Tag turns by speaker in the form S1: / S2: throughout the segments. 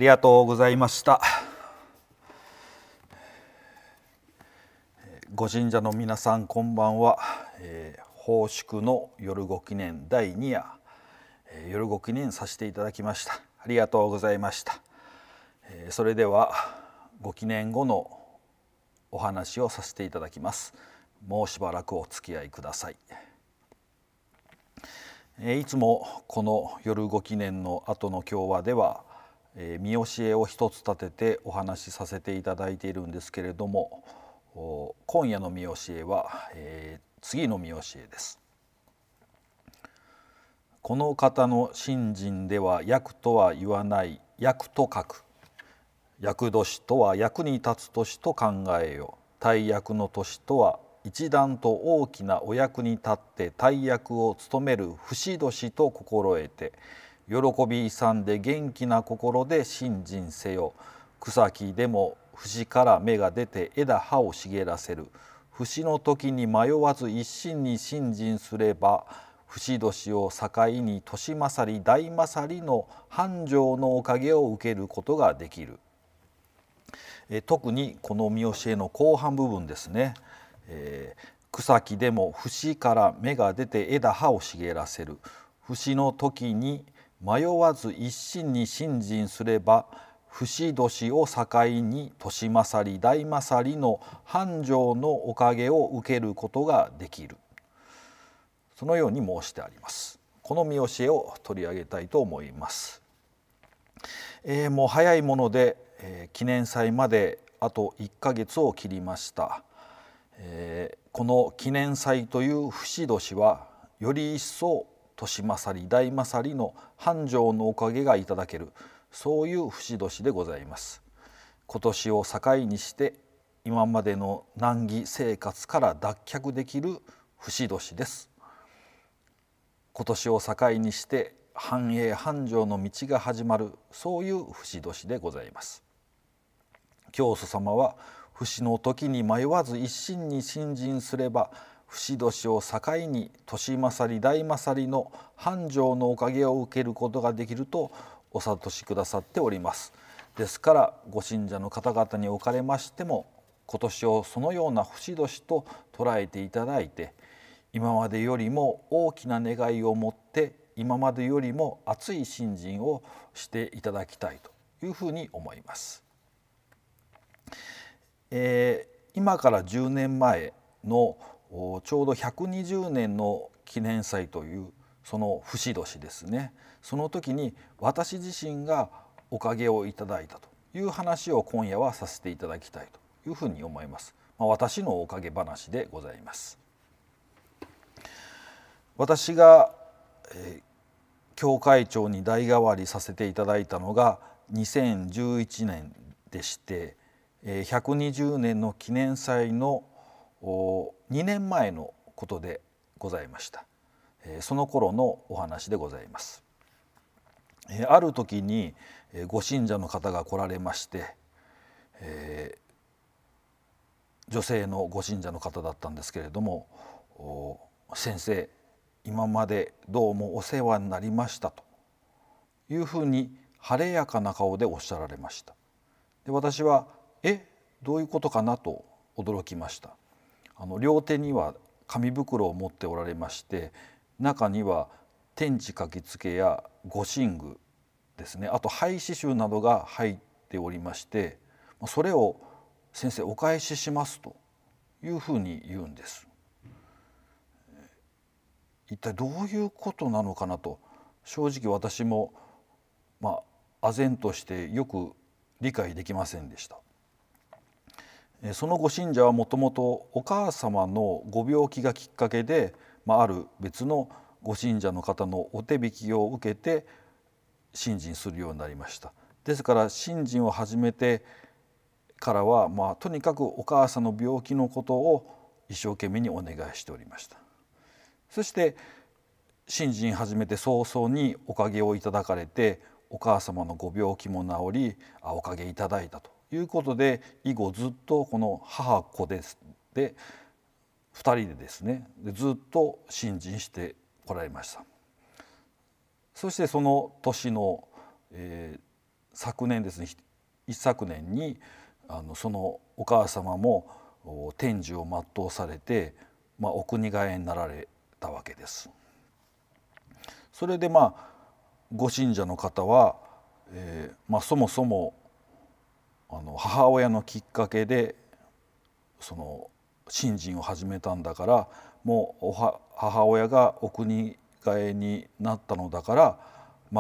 S1: りがとうございました。ご信者の皆さんこんばんは。奉祝の夜ご記念第2夜、夜ご記念させていただきました。ありがとうございました。それではご記念後のお話をさせていただきます。もうしばらくお付き合いください。いつもこの夜ご記念の後の今日はでは見教えを一つ立ててお話しさせていただいているんですけれども、今夜の見教えは次の見教えです。この方の信心では役とは言わない役と書く。役年とは役に立つ年と考えよ。大役の年とは一段と大きなお役に立って大役を務める節年と心得て、喜び勇んで元気な心で信心せよ。草木でも節から芽が出て枝葉を茂らせる。節の時に迷わず一心に信心すれば、節年を境に年勝り大勝りの繁盛のおかげを受けることができる。特にこの見教えの後半部分ですね。草木でも節から芽が出て枝葉を茂らせる。節の時に迷わず一心に信心すれば、節年を境に年勝り大勝りの繁盛のおかげを受けることができる。そのように申してあります。この見教えを取り上げたいと思います。もう早いもので、記念祭まであと1ヶ月を切りました。この記念祭という節年はより一層年勝り大勝りの繁盛のおかげがいただける、そういう節年でございます。今年を境にして今までの難儀生活から脱却できる節年です。今年を境にして繁栄繁盛の道が始まる、そういう節年でございます。教祖様は節の時に迷わず一心に信心すれば、節年を境に年勝り大勝りの繁盛のおかげを受けることができるとお諭しくださっております。ですからご信者の方々におかれましても、今年をそのような節年と捉えていただいて、今までよりも大きな願いを持って今までよりも熱い信心をしていただきたいというふうに思います。今から10年前のちょうど120年の記念祭というその節年ですね。その時に私自身がおかげをいただいたという話を今夜はさせていただきたいというふうに思います。私のおかげ話でございます。私が、教会長に代替わりさせていただいたのが2011年でして、120年の記念祭の2年前のことでございました。その頃のお話でございます。ある時にご信者の方が来られまして、女性のご信者の方だったんですけれども、先生、今までどうもお世話になりましたというふうに晴れやかな顔でおっしゃられました。で、私はどういうことかなと驚きました。両手には紙袋を持っておられまして、中には天地書きつけや御神具ですね、あと灰刺繍などが入っておりまして、それを先生お返ししますというふうに言うんです。一体どういうことなのかなと、正直私も唖然としてよく理解できませんでした。そのご信者はもともとお母様のご病気がきっかけで、ある別のご信者の方のお手引きを受けて信心するようになりました。ですから信心を始めてからは、とにかくお母さんの病気のことを一生懸命にお願いしておりました。そして信心始めて早々におかげをいただかれて、お母様のご病気も治り、おかげいただいたということで、以後ずっとこの母子で2人でですね、ずっと信心してこられました。そしてその年の、 昨年ですね、一昨年にそのお母様も天寿を全うされて、お国替えになられたわけです。それでご信者の方は、そもそも母親のきっかけでその信心を始めたんだから、もう母親がお国替えになったのだから、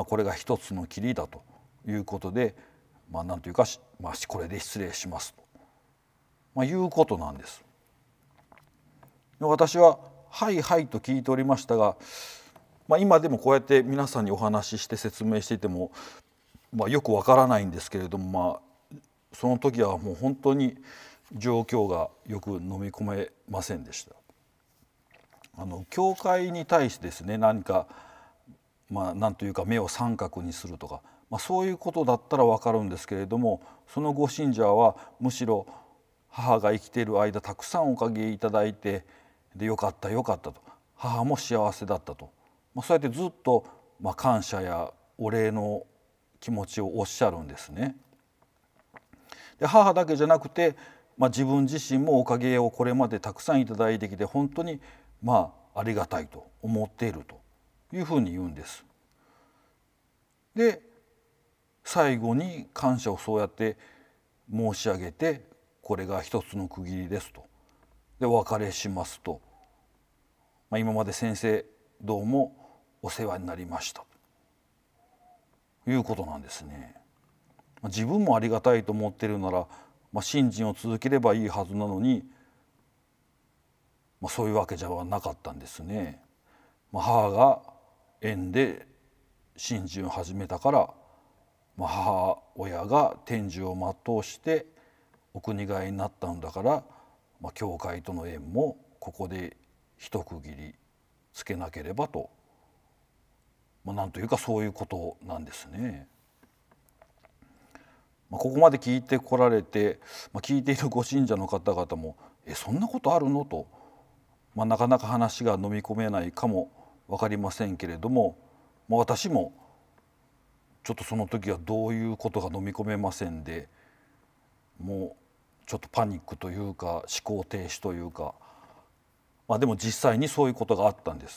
S1: これが一つのきりだということで、なんというか、これで失礼しますと、いうことなんです。私は「はいはい」と聞いておりましたが、今でもこうやって皆さんにお話しして説明していても、よくわからないんですけれども、その時はもう本当に状況がよく飲み込めませんでした。教会に対してですね、何かなんというか目を三角にするとか、そういうことだったらわかるんですけれども、そのご信者はむしろ母が生きている間たくさんおかげいただいて、でよかったよかったと、母も幸せだったと、そうやってずっと感謝やお礼の気持ちをおっしゃるんですね。で母だけじゃなくて、自分自身もおかげをこれまでたくさんいただいてきて、本当にありがたいと思っているというふうに言うんです。で最後に感謝をそうやって申し上げて、これが一つの区切りですと、でお別れしますと、今まで先生どうもお世話になりましたということなんですね。自分もありがたいと思っているなら、信心を続ければいいはずなのに、そういうわけじゃなかったんですね。母が縁で信心を始めたから、母親が天寿を全うしてお国替えになったんだから、教会との縁もここで一区切りつけなければと、なんというかそういうことなんですね。ここまで聞いてこられて、聞いているご信者の方々も「そんなことあるの?」と、なかなか話が飲み込めないかも分かりませんけれども、私もちょっとその時はどういうことが飲み込めませんで、もうちょっとパニックというか思考停止というか、でも実際にそういうことがあったんです。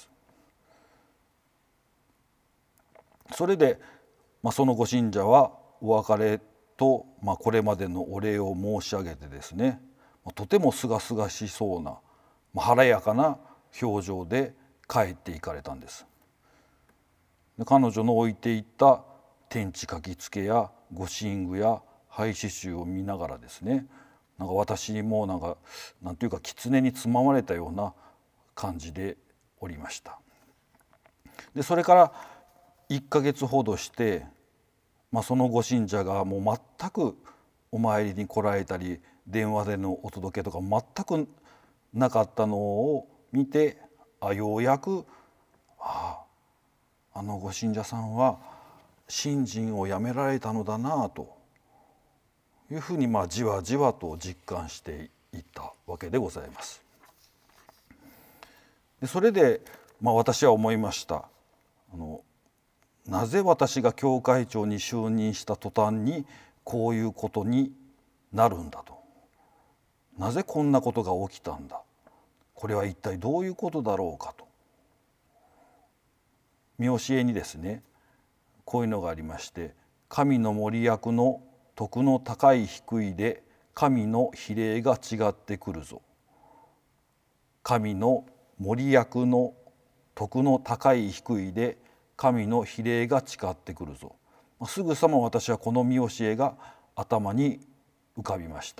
S1: それで、そのご信者はお別れと、これまでのお礼を申し上げてですね、とてもすがすがしそうな、晴れやかな表情で帰っていかれたんです。で彼女の置いていった天地書きつけや御神具や廃刺繍を見ながらですね、私もなんていうか狐につままれたような感じでおりました。でそれから1ヶ月ほどして、そのご信者がもう全くお参りに来られたり電話でのお届けとか全くなかったのを見て、ようやくあのご信者さんは信心をやめられたのだなというふうにじわじわと実感していったわけでございます。でそれで、私は思いました。なぜ私が教会長に就任した途端にこういうことになるんだと。なぜこんなことが起きたんだ。これは一体どういうことだろうかと。見教えにですね、こういうのがありまして、神の守役の徳の高い低いで神の比例が違ってくるぞ。神の守役の徳の高い低いで神の比例が違ってくるぞ。すぐさま私はこの見教えが頭に浮かびました。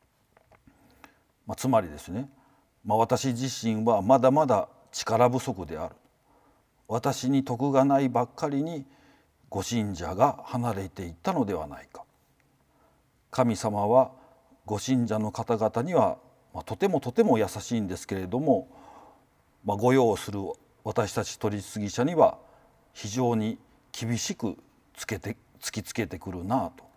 S1: つまりですね、私自身はまだまだ力不足である。私に徳がないばっかりにご信者が離れていったのではないか。神様はご信者の方々にはとてもとても優しいんですけれども、ご用をする私たち取次者には非常に厳しく突きつけてくるなと。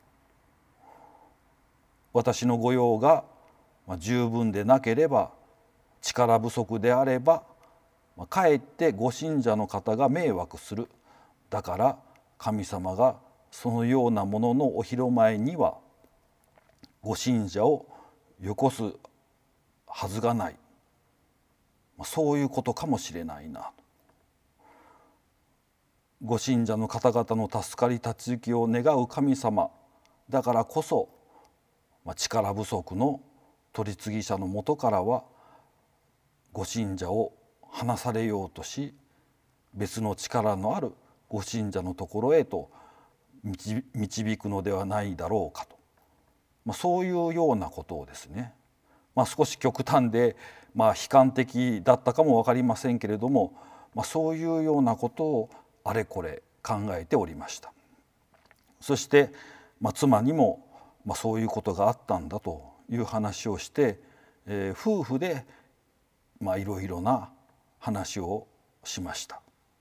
S1: 私の御用が十分でなければ、力不足であれば、かえってご信者の方が迷惑する。だから神様がそのようなもののお披露前にはご信者をよこすはずがない、そういうことかもしれないな。ご信者の方々の助かり立ち行きを願う神様だからこそ、力不足の取り次ぎ者のもとからはご信者を離されようとし、別の力のあるご信者のところへと導くのではないだろうかと、そういうようなことをですね、少し極端で悲観的だったかも分かりませんけれども、そういうようなことをあれこれ考えておりました。そして、妻にも、そういうことがあったんだという話をして、夫婦で、いろいろな話をしました。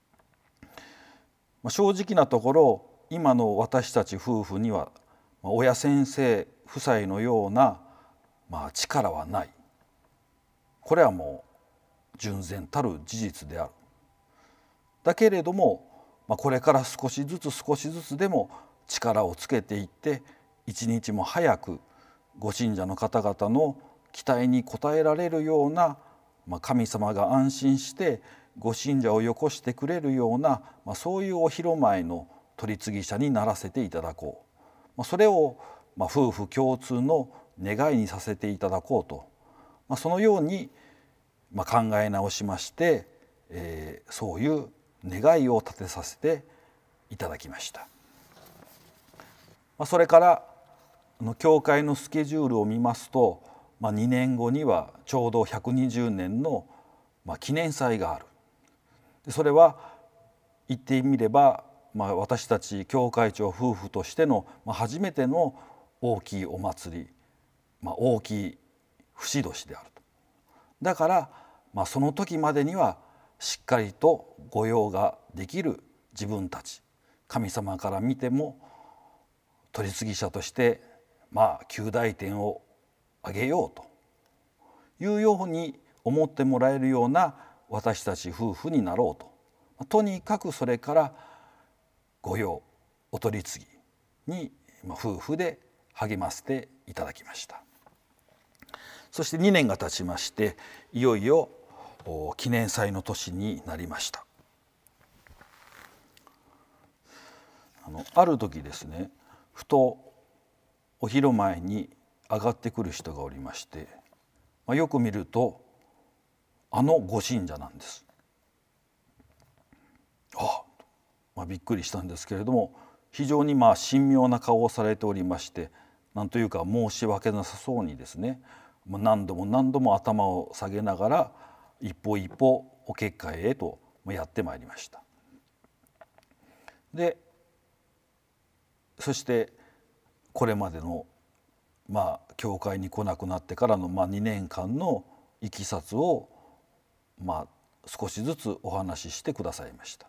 S1: 正直なところ今の私たち夫婦には親先生夫妻のような、力はない。これはもう純然たる事実である。だけれども、これから少しずつでも力をつけていって一日も早くご信者の方々の期待に応えられるような、神様が安心してご信者をよこしてくれるような、そういうお披露前の取り次ぎ者にならせていただこう、それを、夫婦共通の願いにさせていただこうと、そのように、考え直しまして、そういう願いを立てさせていただきました。それから教会のスケジュールを見ますと、2年後にはちょうど120年の記念祭がある。それは言ってみれば、私たち教会長夫婦としての初めての大きいお祭り、大きい節年であると。だから、その時までにはしっかりと御用ができる自分たち、神様から見ても取り次ぎ者として及第点をあげようというように思ってもらえるような私たち夫婦になろうと、とにかくそれから御用お取り次ぎに夫婦で励ませていただきました。そして2年が経ちまして、いよいよ記念祭の年になりました。ある時ですね、ふとお昼前に上がってくる人がおりまして、よく見るとご信者なんです。びっくりしたんですけれども、非常に神妙な顔をされておりまして、なんというか申し訳なさそうにですね、何度も頭を下げながら一歩一歩お結界へとやってまいりました。でそしてこれまでの教会に来なくなってからの2年間のいきさつを少しずつお話ししてくださいました。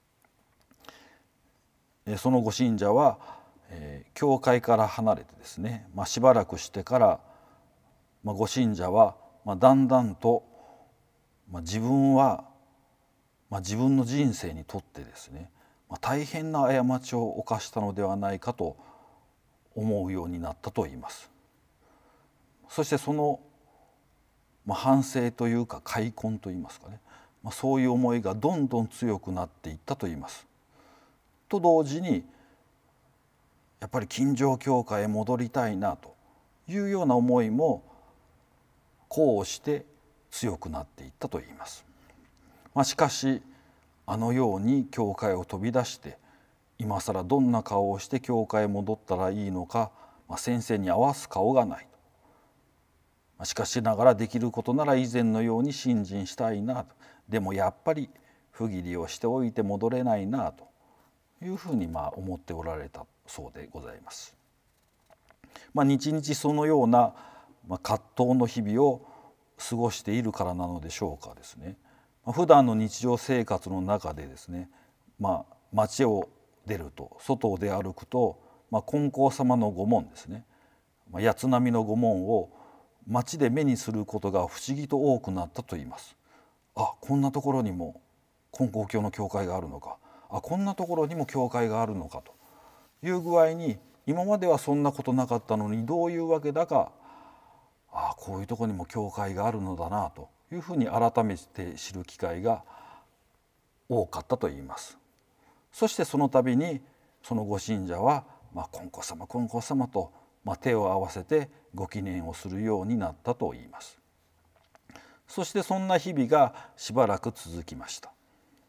S1: そのご信者は教会から離れてですね、しばらくしてからご信者はだんだんと自分は自分の人生にとってですね、大変な過ちを犯したのではないかと思うようになったといいます。そしてその反省というか悔恨といいますかね、そういう思いがどんどん強くなっていったといいます。と同時にやっぱり近所教会へ戻りたいなというような思いもこうして強くなっていったといいます。しかしあのように教会を飛び出して今更どんな顔をして教会へ戻ったらいいのか、先生に合わす顔がないと。しかしながらできることなら以前のように信心したいなと。でもやっぱり不義理をしておいて戻れないなというふうに思っておられたそうでございます。日々そのような葛藤の日々を過ごしているからなのでしょうかですね。普段の日常生活の中でですね、街を出ると外を出歩くと、金光様の御門ですね、八つ波の御門を街で目にすることが不思議と多くなったといいます。こんなところにも金光教の教会があるのか、こんなところにも教会があるのかという具合に、今まではそんなことなかったのにどういうわけだか、こういうとこにも教会があるのだなというふうに改めて知る機会が多かったといいます。そしてその度にそのご信者は「金光様金光様」と手を合わせてご記念をするようになったといいます。そしてそんな日々がしばらく続きました。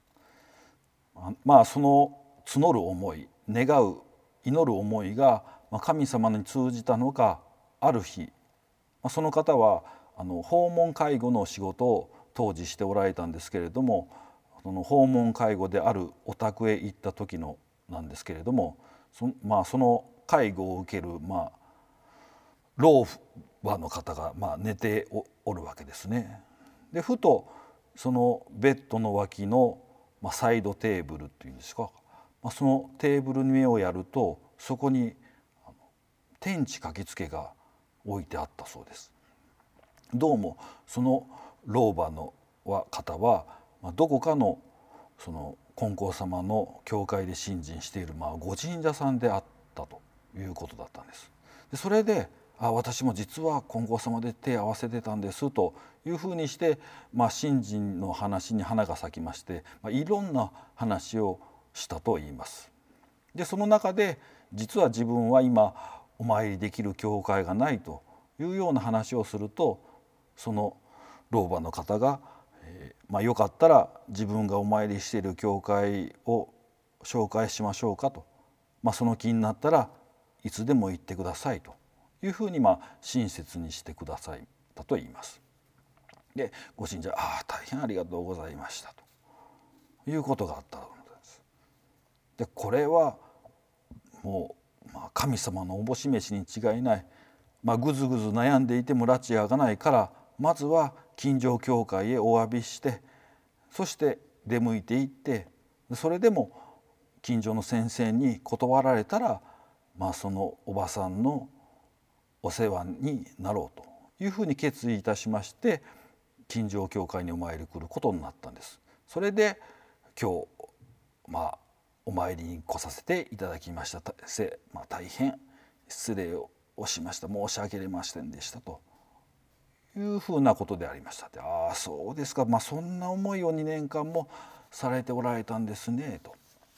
S1: その募る思い、願う祈る思いが神様に通じたのか、ある日その方は訪問介護の仕事を当時しておられたんですけれども、その訪問介護であるお宅へ行った時のなんですけれども、その介護を受ける老婆の方が寝ておるわけですね。でふとそのベッドの脇のサイドテーブルっていうんですか、そのテーブルに目をやると、そこに天地書きつけが置いてあったそうです。どうもその老婆の方はどこかのその金光様の教会で信心しているご神社さんであったということだったんです。でそれで私も実は金光様で手を合わせてたんですというふうにして、信心の話に花が咲きまして、いろんな話をしたといいます。でその中で実は自分は今お参りできる教会がないというような話をすると、その老婆の方が、よかったら自分がお参りしている教会を紹介しましょうかと、その気になったらいつでも行ってくださいというふうに親切にしてくださいたと言います。でご信者大変ありがとうございましたということがあったのです。でこれはもう、神様のおぼし飯に違いない、ぐずぐず悩んでいても拉致がないから、まずは近所教会へお詫びして、そして出向いていって、それでも近所の先生に断られたら、そのおばさんのお世話になろうというふうに決意いたしまして、近所教会にお参り来ることになったんです。それで今日お参りに来させていただきました。大変失礼をしました、申し訳ありませんでしたというふうなことでありました。そうですか、そんな思いを2年間もされておられたんですねと。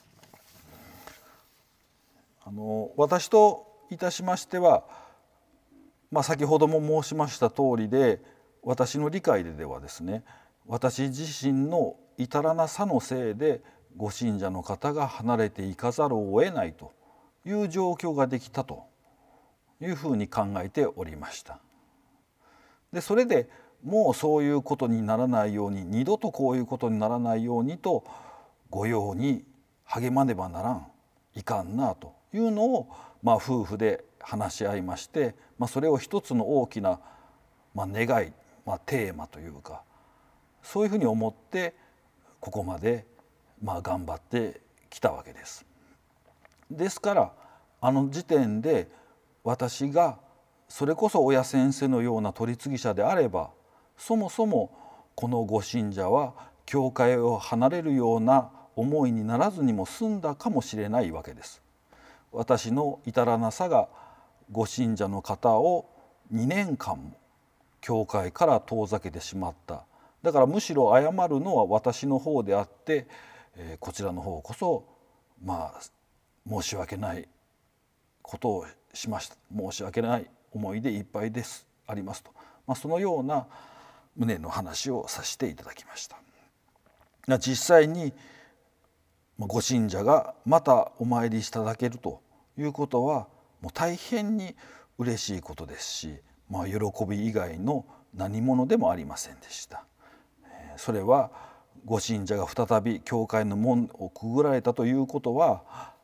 S1: 私といたしましては、先ほども申しました通りで、私の理解ではですね、私自身の至らなさのせいでご信者の方が離れていかざるを得ないという状況ができたというふうに考えておりました。でそれでもうそういうことにならないように、二度とこういうことにならないようにと御用に励まねばならん、いかんなというのを夫婦で話し合いまして、それを一つの大きな願い、テーマというか、そういうふうに思ってここまで頑張ってきたわけです。ですからあの時点で私がそれこそ親先生のような取り次ぎ者であれば、そもそもこのご信者は教会を離れるような思いにならずにも済んだかもしれないわけです。私の至らなさがご信者の方を2年間も教会から遠ざけてしまった。だからむしろ謝るのは私の方であって、こちらの方こそ申し訳ないことをしました、申し訳ない思いでいっぱいですありますと、そのような旨の話をさせていただきました。実際にご信者がまたお参りしていただけるということはもう大変に嬉しいことですし、喜び以外の何物でもありませんでした。それはご信者が再び教会の門をくぐられたということは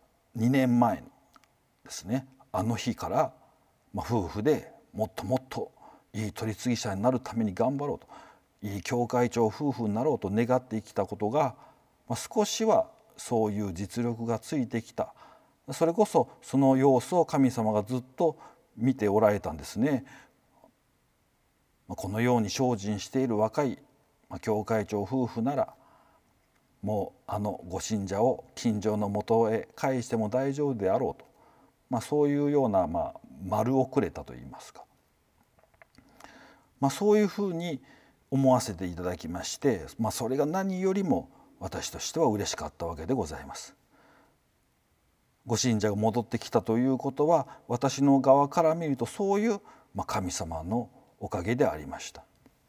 S1: 2年前ですね、あの日から夫婦でもっともっといい取り次ぎ者になるために頑張ろうと、いい教会長夫婦になろうと願ってきたことが、少しはそういう実力がついてきた。それこそその様子を神様がずっと見ておられたんですね。このように精進している若い教会長夫婦なら、もうあのご信者を近所の元へ返しても大丈夫であろうと、 そういうような、丸をくれたといいますか、そういうふうに思わせていただきまして、それが何よりも私としては嬉しかったわけでございます。ご信者が戻ってきたということは、私の側から見るとそういう神様のおかげでありました。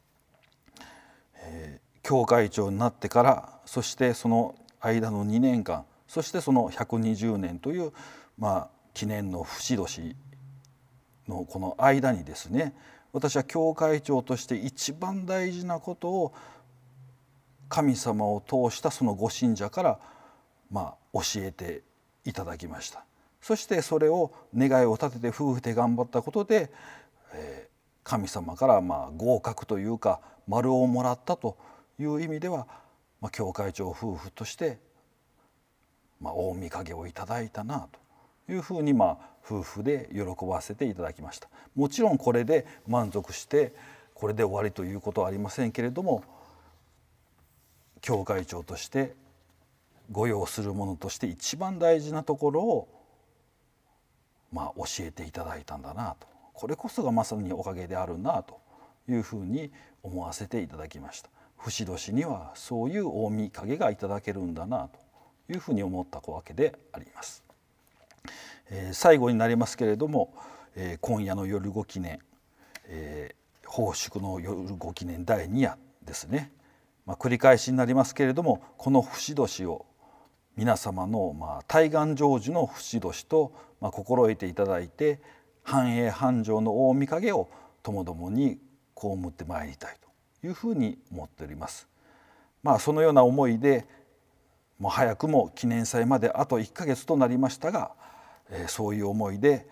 S1: 教会長になってから、そしてその間の2年間、そしてその120年という、記念の節年のこの間にですね、私は教会長として一番大事なことを神様を通したそのご信者から教えていただきました。そしてそれを願いを立てて夫婦で頑張ったことで、神様から合格というか丸をもらったという意味では、教会長夫婦として大御影をいただいたなというふうに夫婦で喜ばせていただきました。もちろんこれで満足してこれで終わりということはありませんけれども、教会長として御用するものとして一番大事なところを教えていただいたんだなと、これこそがまさにおかげであるなというふうに思わせていただきました。節年にはそういう大御影がいただけるんだなというふうに思ったわけであります。最後になりますけれども、今夜の夜御記念、奉祝の夜御記念第2夜ですね。繰り返しになりますけれども、この節年を皆様の大願成就の節年と心得ていただいて、繁栄繁盛の大御影をともどもに被ってまいりたいというふうに思っております。そのような思いでもう早くも記念祭まであと1ヶ月となりましたが、そういう思いで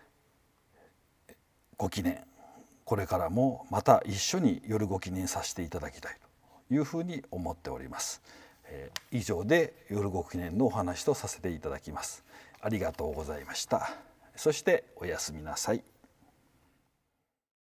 S1: ご記念、これからもまた一緒に夜ご記念させていただきたいというふうに思っております。以上で夜ご記念のお話とさせていただきます。ありがとうございました。そしておやすみなさい。